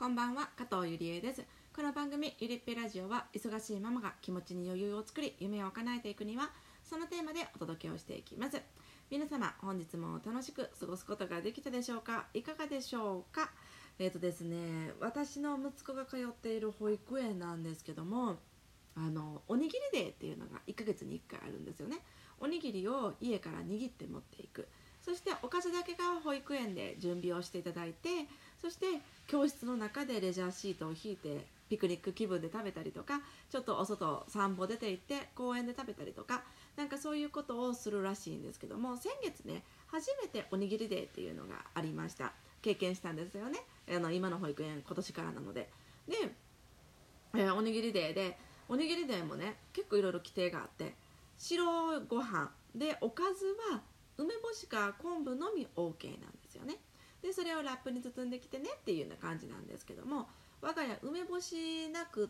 こんばんは、加藤ゆりえです。この番組ゆりっぺラジオは、忙しいママが気持ちに余裕を作り夢を叶えていくには、そのテーマでお届けをしていきます。皆様、本日も楽しく過ごすことができたでしょうか？いかがでしょうか？ですね、私の息子が通っている保育園なんですけども、おにぎりデーっていうのが1ヶ月に1回あるんですよね。おにぎりを家から握って持っていく。そしておかずだけが保育園で準備をしていただいて、そして教室の中でレジャーシートを引いてピクニック気分で食べたりとか、ちょっとお外散歩出て行って公園で食べたりとか、なんかそういうことをするらしいんですけども、先月ね初めておにぎりデーっていうのがありました。経験したんですよね。今の保育園今年からなので。で、おにぎりデーでおにぎりデーもね結構いろいろ規定があって、白ご飯でおかずは梅干しか昆布のみ OK なんですよね。でそれをラップに包んできてねっていうような感じなんですけども、我が家梅干しなくって、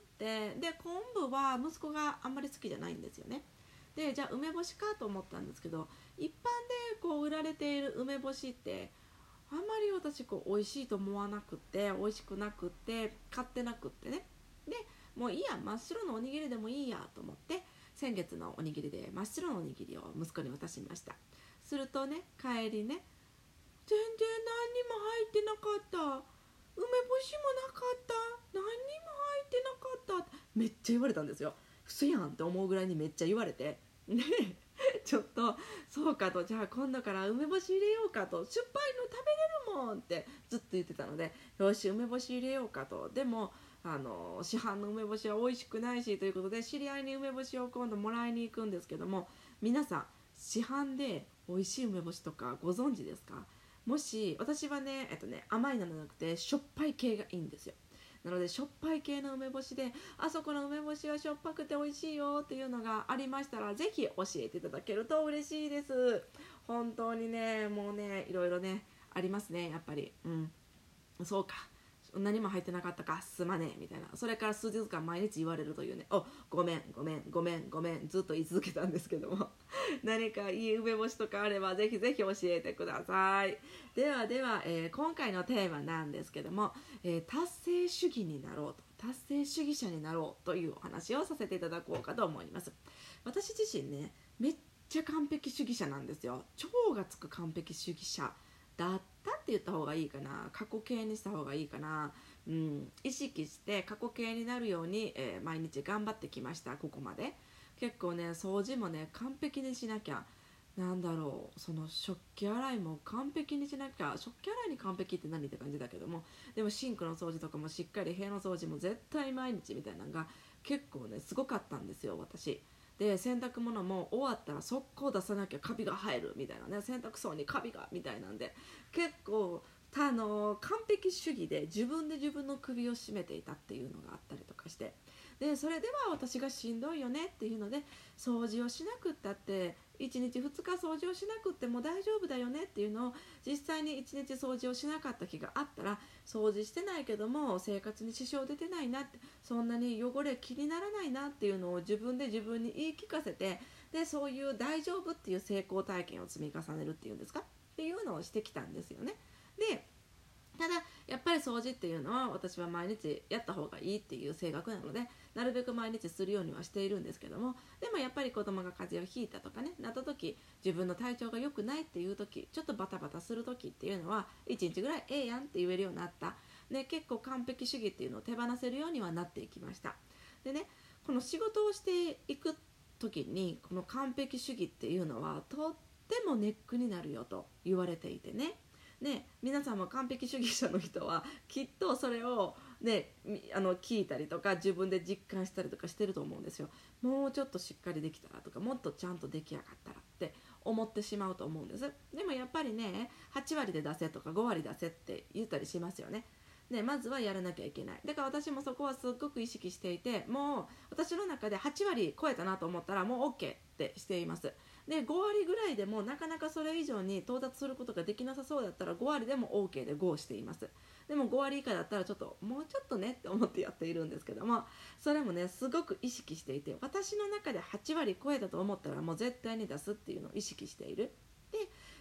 で昆布は息子があんまり好きじゃないんですよね。でじゃあ梅干しかと思ったんですけど、一般でこう売られている梅干しってあんまり私美味しいと思わなくて、美味しくなくって買ってなくってね。でもういいや、真っ白のおにぎりでもいいやと思って、先月のおにぎりで真っ白のおにぎりを息子に渡しました。するとね、帰りね、全然何にも入ってなかった、梅干しもなかった、何にも入ってなかった、めっちゃ言われたんですよ。嘘やんって思うぐらいにめっちゃ言われて、ねちょっとそうかと、じゃあ今度から梅干し入れようかと、しょっぱいの食べれるもんってずっと言ってたので、よし梅干し入れようかと。でも市販の梅干しは美味しくないしということで、知り合いに梅干しを今度もらいに行くんですけども、皆さん市販で美味しい梅干しとかご存知ですか？もし私はね、甘いのじゃなくてしょっぱい系がいいんですよ。なのでしょっぱい系の梅干しで、あそこの梅干しはしょっぱくて美味しいよっていうのがありましたら、ぜひ教えていただけると嬉しいです。本当にね、もうね、いろいろねありますね、やっぱり。そうか、何も入ってなかったかすまねえみたいな、それから数日間毎日言われるというね、ごめんごめんごめんごめんずっと言い続けたんですけども何かいい梅干しとかあればぜひぜひ教えてください。ではでは、今回のテーマなんですけども、達成主義になろうと、達成主義者になろうというお話をさせていただこうかと思います。私自身ね、めっちゃ完璧主義者なんですよ。超がつく完璧主義者だったって言った方がいいかな、過去形にした方がいいかな、意識して過去形になるように、毎日頑張ってきました。ここまで結構ね、掃除もね完璧にしなきゃ、なんだろう、その食器洗いも完璧にしなきゃ、食器洗いに完璧って何って感じだけども、でもシンクの掃除とかもしっかり、部屋の掃除も絶対毎日みたいなのが結構ねすごかったんですよ、私。で洗濯物も終わったら速攻出さなきゃカビが生えるみたいなね、洗濯槽にカビがみたいなんで、結構完璧主義で自分で自分の首を絞めていたっていうのがあったりとかして、でそれでは私がしんどいよねっていうので、掃除をしなくったって1日2日掃除をしなくっても大丈夫だよねっていうのを、実際に1日掃除をしなかった日があったら、掃除してないけども生活に支障出てないなって、そんなに汚れ気にならないなっていうのを自分で自分に言い聞かせて、でそういう大丈夫っていう成功体験を積み重ねるっていうんですか、っていうのをしてきたんですよね。でただやっぱり掃除っていうのは私は毎日やった方がいいっていう性格なので、なるべく毎日するようにはしているんですけども、でもやっぱり子供が風邪をひいたとかねなった時、自分の体調が良くないっていう時、ちょっとバタバタする時っていうのは1日ぐらいええやんって言えるようになった。で結構完璧主義っていうのを手放せるようにはなっていきました。でね、この仕事をしていく時にこの完璧主義っていうのはとってもネックになるよと言われていてね。皆さんも完璧主義者の人はきっとそれを、聞いたりとか自分で実感したりとかしてると思うんですよ。もうちょっとしっかりできたらとか、もっとちゃんと出来上がったらって思ってしまうと思うんです。でもやっぱりね、8割で出せとか5割出せって言ったりしますよね。まずはやらなきゃいけない。だから私もそこはすっごく意識していて、もう私の中で8割超えたなと思ったらもう OK ってしています。で5割ぐらいでもなかなかそれ以上に到達することができなさそうだったら5割でも OK で GO しています。でも5割以下だったらもうちょっとねって思ってやっているんですけども、それもねすごく意識していて、私の中で8割超えたと思ったらもう絶対に出すっていうのを意識している。で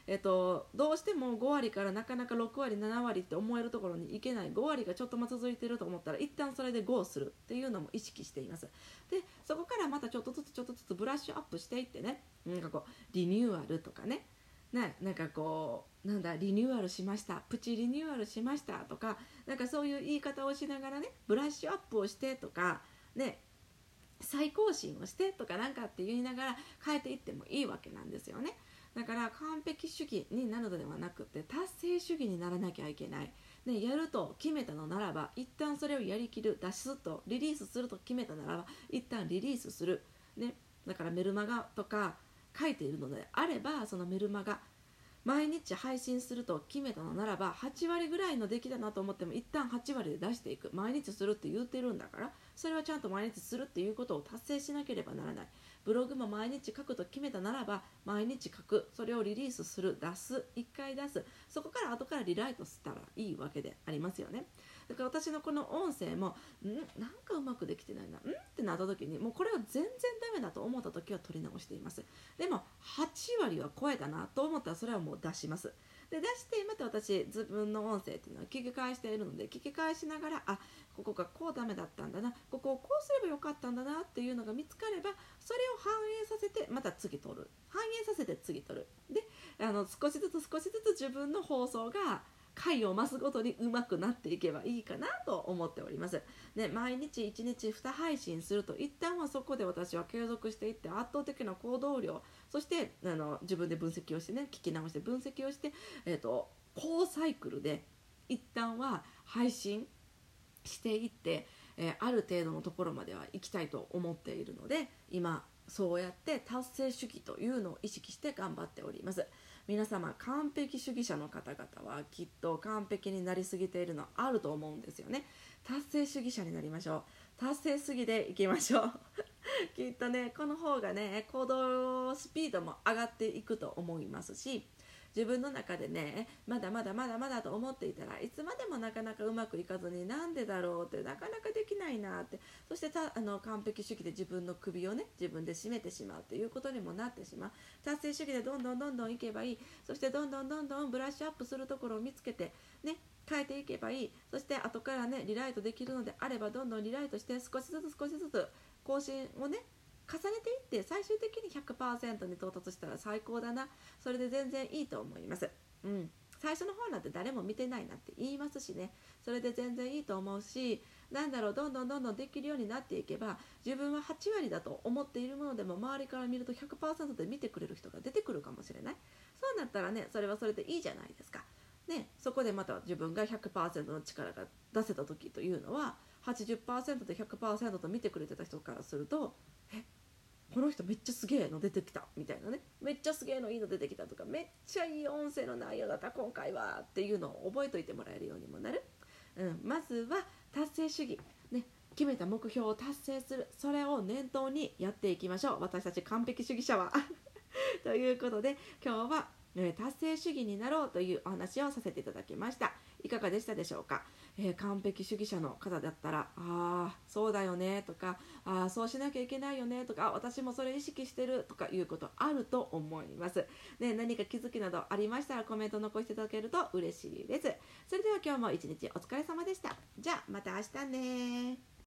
どうしても5割からなかなか6割7割って思えるところに行けない、5割がちょっとも続いていると思ったら一旦それで GO するっていうのも意識しています。でそこからまたちょっとずつブラッシュアップしていってね、なんかこうリニューアルとかね、なんかこうリニューアルしました、プチリニューアルしましたとか、なんかそういう言い方をしながらね、ブラッシュアップをしてとかね、再更新をしてとかなんかって言いながら変えていってもいいわけなんですよね。だから完璧主義になるのではなくて達成主義にならなきゃいけない、ね、やると決めたのならば一旦それをやりきる、脱出とリリースすると決めたならば一旦リリースする、ね、だからメルマガとか書いているのであれば、そのメルマガ毎日配信すると決めたのならば8割ぐらいの出来だなと思っても一旦8割で出していく、毎日するって言ってるんだからそれはちゃんと毎日するっていうことを達成しなければならない。ブログも毎日書くと決めたならば毎日書く、それをリリースする、出す、1回出す、そこから後からリライトしたらいいわけでありますよね。だから私のこの音声もなんかうまくできてないなってなった時にもうこれは全然ダメだと思った時は取り直しています。でも8割は超えたなと思ったらそれはもう出します。で出してまた私自分の音声っていうのは聞き返しているので聞き返しながらここがこうダメだったんだな、ここをこうすればよかったんだなっていうのが見つかればそれを反映させてまた次取る、反映させて次取るで少しずつ自分の放送が回を増すごとに上手くなっていけばいいかなと思っております。で毎日1日2配信すると一旦はそこで私は継続していって圧倒的な行動量、そして自分で分析をしてね、聞き直して分析をして、高サイクルで一旦は配信していって、ある程度のところまでは行きたいと思っているので今そうやって達成主義というのを意識して頑張っております。皆様完璧主義者の方々はきっと完璧になりすぎているのあると思うんですよね。達成主義者になりましょう。達成主義でいきましょうきっとねこの方がね行動スピードも上がっていくと思いますし、自分の中でねまだまだと思っていたらいつまでもなかなかうまくいかずになんでだろうってなかなかできないなって、そして完璧主義で自分の首をね自分で絞めてしまうっていうことにもなってしまう。達成主義でどんどんいけばいい、そしてどんどんブラッシュアップするところを見つけてね変えていけばいい。そして後からねリライトできるのであればどんどんリライトして少しずつ更新をね重ねていって最終的に 100% に到達したら最高だな、それで全然いいと思います。最初の方なんて誰も見てないなって言いますしね、それで全然いいと思うし、どんどんできるようになっていけば自分は8割だと思っているものでも周りから見ると 100% で見てくれる人が出てくるかもしれない。そうなったらねそれはそれでいいじゃないですかね。そこでまた自分が 100% の力が出せた時というのは 80% で 100% と見てくれてた人からするとこの人めっちゃすげえの出てきたみたいなね、めっちゃすげえのいいの出てきたとか、めっちゃいい音声の内容だった今回はっていうのを覚えておいてもらえるようにもなる。まずは達成主義、ね、決めた目標を達成する、それを念頭にやっていきましょう、私たち完璧主義者はということで今日は達成主義になろうというお話をさせていただきました。いかがでしたでしょうか。完璧主義者の方だったらそうだよねとかそうしなきゃいけないよねとか私もそれ意識してるとかいうことあると思います、ね、何か気づきなどありましたらコメント残していただけると嬉しいです。それでは今日も一日お疲れ様でした。じゃあまた明日ね。